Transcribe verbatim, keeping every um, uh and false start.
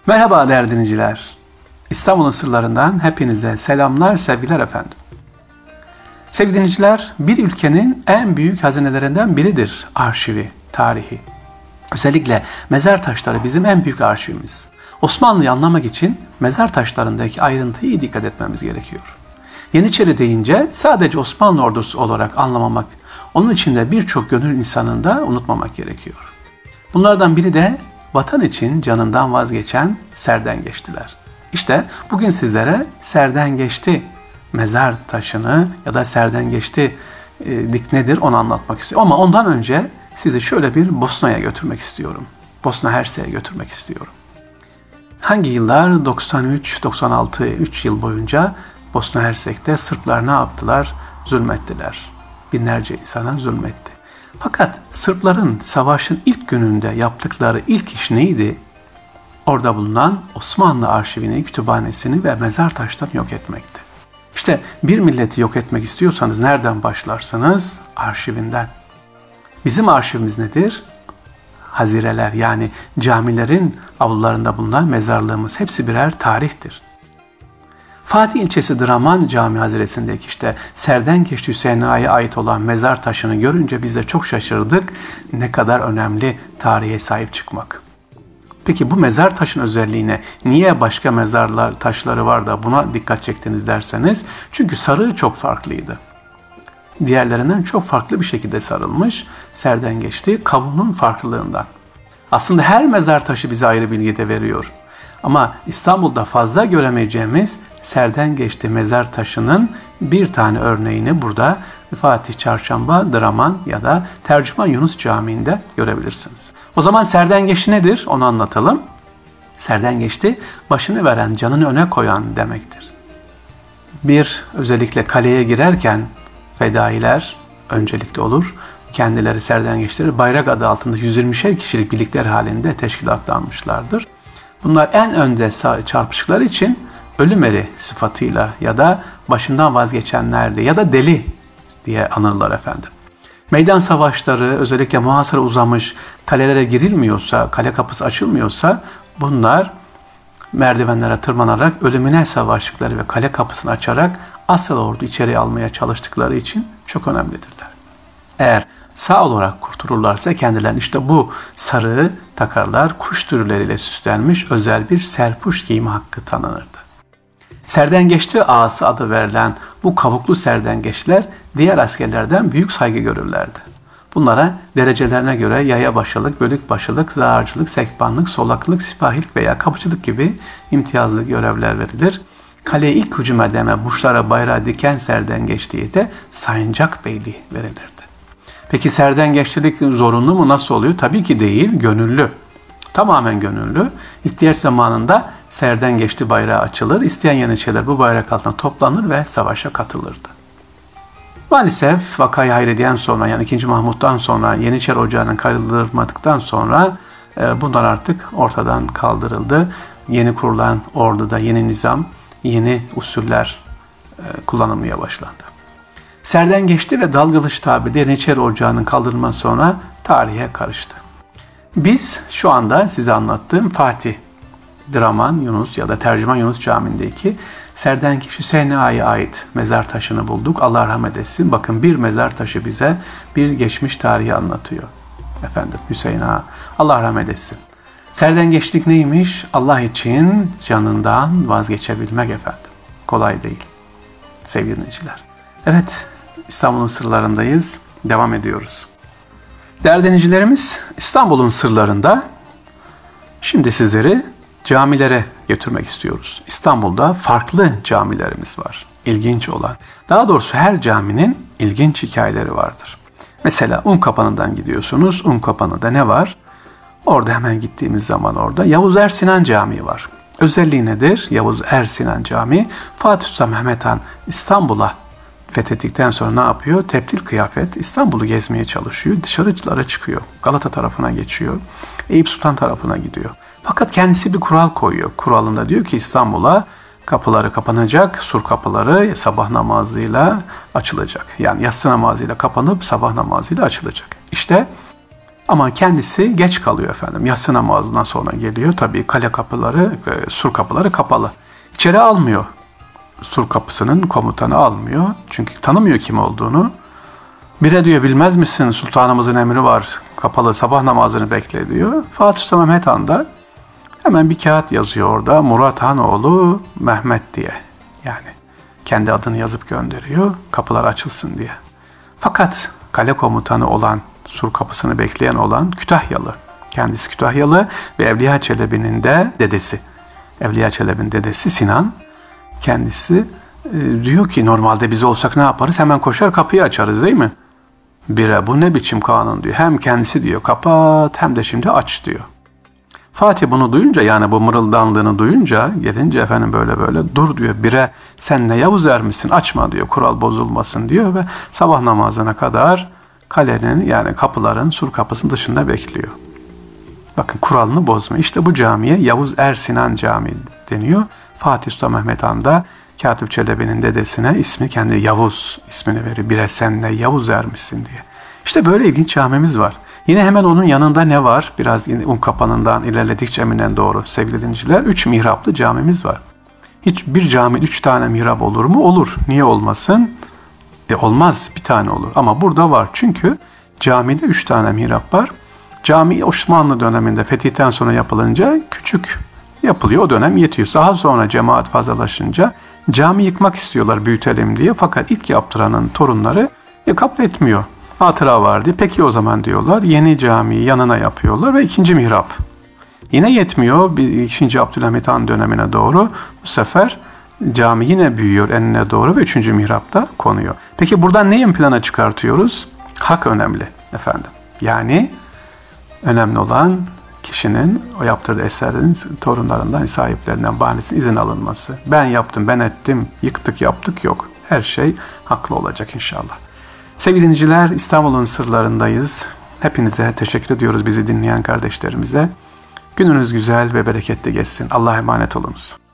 Merhaba değerli dinleyiciler. İstanbul'un sırlarından hepinize selamlar, sevgiler efendim. Sevgili dinleyiciler, bir ülkenin en büyük hazinelerinden biridir arşivi, tarihi. Özellikle mezar taşları bizim en büyük arşivimiz. Osmanlı'yı anlamak için mezar taşlarındaki ayrıntıya iyi dikkat etmemiz gerekiyor. Yeniçeri deyince sadece Osmanlı ordusu olarak anlamamak, onun içinde birçok gönül insanını da unutmamak gerekiyor. Bunlardan biri de vatan için canından vazgeçen Serdengeçtiler. İşte bugün sizlere Serdengeçti mezar taşını ya da Serdengeçtilik nedir onu anlatmak istiyorum. Ama ondan önce sizi şöyle bir Bosna'ya götürmek istiyorum. Bosna Hersek'e götürmek istiyorum. Hangi yıllar? doksan üç doksan altı üç yıl boyunca Bosna Hersek'te Sırplar ne yaptılar? Zulmettiler. Binlerce insana zulmetti. Fakat Sırpların savaşın ilk gününde yaptıkları ilk iş neydi? Orada bulunan Osmanlı arşivini, kütüphanesini ve mezar taşlarını yok etmekti. İşte bir milleti yok etmek istiyorsanız nereden başlarsınız? Arşivinden. Bizim arşivimiz nedir? Hazireler, yani camilerin avlularında bulunan mezarlığımız hepsi birer tarihtir. Fatih ilçesi Draman Cami Haziresi'ndeki işte Serdengeçti Hüseyin Ağa'ya ait olan mezar taşını görünce biz de çok şaşırdık. Ne kadar önemli tarihe sahip çıkmak. Peki bu mezar taşın özelliğine niye başka mezarlar taşları var da buna dikkat çektiniz derseniz, çünkü sarığı çok farklıydı. Diğerlerinden çok farklı bir şekilde sarılmış, Serdengeçti kavunun farklılığından. Aslında her mezar taşı bize ayrı bilgi de veriyor. Ama İstanbul'da fazla göremeyeceğimiz Serdengeçti mezar taşının bir tane örneğini burada Fatih Çarşamba, Draman ya da Tercüman Yunus Camii'nde görebilirsiniz. O zaman Serdengeçti nedir? Onu anlatalım. Serdengeçti başını veren, canını öne koyan demektir. Bir, özellikle kaleye girerken fedailer öncelikli olur. Kendileri Serdengeçtileri bayrak adı altında yüz yirmişer kişilik birlikler halinde teşkilatlanmışlardır. Bunlar en önde çarpıştıkları için ölüm eri sıfatıyla ya da başından vazgeçenlerdi ya da deli diye anırlar efendim. Meydan savaşları, özellikle muhasara uzamış, kalelere girilmiyorsa, kale kapısı açılmıyorsa bunlar merdivenlere tırmanarak ölümüne savaştıkları ve kale kapısını açarak asıl ordu içeri almaya çalıştıkları için çok önemlidirler. Eğer sağ olarak kurtulurlarsa kendilerine işte bu sarığı takarlar, kuş türleriyle süslenmiş özel bir serpuş giyimi hakkı tanınırdı. Serdengeçti ağası adı verilen bu kavuklu serdengeçler diğer askerlerden büyük saygı görürlerdi. Bunlara derecelerine göre yaya başılık, bölük başılık, zağarcılık, sekbanlık, solaklık, sipahilik veya kapıcılık gibi imtiyazlı görevler verilir. Kaleye ilk hücum edeme burçlara bayrağı diken Serdengeçti'ye de Sayıncak Beyliği verilirdi. Peki Serdengeçtilik zorunlu mu? Nasıl oluyor? Tabii ki değil, gönüllü. Tamamen gönüllü. İhtiyaç zamanında Serdengeçti bayrağı açılır. İsteyen Yeniçeriler bu bayrak altına toplanır ve savaşa katılırdı. Maalesef Vakayı Hayriye'den sonra, yani ikinci. Mahmut'tan sonra, Yeniçeri Ocağı'nın kaldırılmadıktan sonra e, bunlar artık ortadan kaldırıldı. Yeni kurulan orduda yeni nizam, yeni usuller e, kullanılmaya başlandı. Serdengeçti ve Dalgaliç tabiri Yeniçeri Ocağı'nın kaldırılması sonra tarihe karıştı. Biz şu anda size anlattığım Fatih, Draman Yunus ya da Tercüman Yunus Camii'ndeki Serdengeçti Hüseyin Ağa'ya ait mezar taşını bulduk. Allah rahmet etsin. Bakın bir mezar taşı bize bir geçmiş tarihi anlatıyor. Efendim Hüseyin Ağa. Allah rahmet etsin. Serdengeçlik neymiş? Allah için canından vazgeçebilmek efendim. Kolay değil. Sevgili dinleyiciler. Evet, İstanbul'un sırlarındayız. Devam ediyoruz. Değerli dinleyicilerimiz, İstanbul'un sırlarında şimdi sizleri camilere götürmek istiyoruz. İstanbul'da farklı camilerimiz var. İlginç olan. Daha doğrusu her caminin ilginç hikayeleri vardır. Mesela Unkapanı'dan gidiyorsunuz. Unkapanı'da ne var? Orada hemen gittiğimiz zaman orada Yavuz Ersinan Camii var. Özelliği nedir? Yavuz Ersinan Camii, Fatih Sultan Mehmet Han İstanbul'a fethettikten sonra ne yapıyor? Tebdil kıyafet İstanbul'u gezmeye çalışıyor. Dışarıcılara çıkıyor. Galata tarafına geçiyor. Eyüp Sultan tarafına gidiyor. Fakat kendisi bir kural koyuyor. Kuralında diyor ki İstanbul'a kapıları kapanacak, sur kapıları sabah namazıyla açılacak. Yani yatsı namazıyla kapanıp sabah namazıyla açılacak. İşte Ama kendisi geç kalıyor efendim. Yatsı namazından sonra geliyor. Tabii kale kapıları, sur kapıları kapalı. İçeri almıyor. Sur kapısının komutanı almıyor. Çünkü tanımıyor kim olduğunu. Bire diyor, bilmez misin, sultanımızın emri var, kapalı, sabah namazını bekle diyor. Fatih Sultan Mehmet Han da hemen bir kağıt yazıyor orada. Murat Han oğlu Mehmet diye. Yani kendi adını yazıp gönderiyor. Kapılar açılsın diye. Fakat kale komutanı olan, sur kapısını bekleyen olan Kütahyalı. Kendisi Kütahyalı ve Evliya Çelebi'nin de dedesi. Evliya Çelebi'nin dedesi Sinan. Kendisi e, diyor ki normalde biz olsak ne yaparız? Hemen koşar kapıyı açarız değil mi? Bire bu ne biçim kanun diyor. Hem kendisi diyor kapat hem de şimdi aç diyor. Fatih bunu duyunca, yani bu mırıldanlığını duyunca, gelince efendim böyle böyle dur diyor, bire sen ne Yavuz er misin, açma diyor, kural bozulmasın diyor ve sabah namazına kadar kalenin, yani kapıların, sur kapısının dışında bekliyor. Bakın, kuralını bozmuyor. İşte bu camiye Yavuz Er Sinan Camii deniyor. Fatih Sultan Mehmet Han da Katip Çelebi'nin dedesine ismi, kendi Yavuz ismini veriyor. Bire sen ne Yavuz er misin diye. İşte böyle ilginç camimiz var. Yine hemen onun yanında ne var? Biraz Unkapanı'ndan ilerledikçe Emin'e doğru sevgili dinleyiciler, üç mihraplı camimiz var. Hiçbir cami üç tane mihrap olur mu? Olur. Niye olmasın? E olmaz, bir tane olur. Ama burada var. Çünkü camide üç tane mihrap var. Cami Osmanlı döneminde fetihten sonra yapılınca küçük yapılıyor. O dönem yetiyor. Daha sonra cemaat fazlalaşınca cami yıkmak istiyorlar, büyütelim diye. Fakat ilk yaptıranın torunları e, kabul etmiyor. Hatıra var diye. Peki o zaman diyorlar, yeni camiyi yanına yapıyorlar ve ikinci mihrap. Yine yetmiyor. Bir, ikinci Abdülhamit Han dönemine doğru bu sefer cami yine büyüyor enine doğru ve üçüncü mihrapta konuyor. Peki buradan neyin plana çıkartıyoruz? Hak önemli efendim. Yani önemli olan kişinin o yaptırdığı eserin torunlarından, sahiplerinden, bahanesinden izin alınması. Ben yaptım, ben ettim, yıktık, yaptık yok. Her şey haklı olacak inşallah. Sevgili dinleyiciler, İstanbul'un sırlarındayız. Hepinize teşekkür ediyoruz, bizi dinleyen kardeşlerimize. Gününüz güzel ve bereketli geçsin. Allah'a emanet olunuz.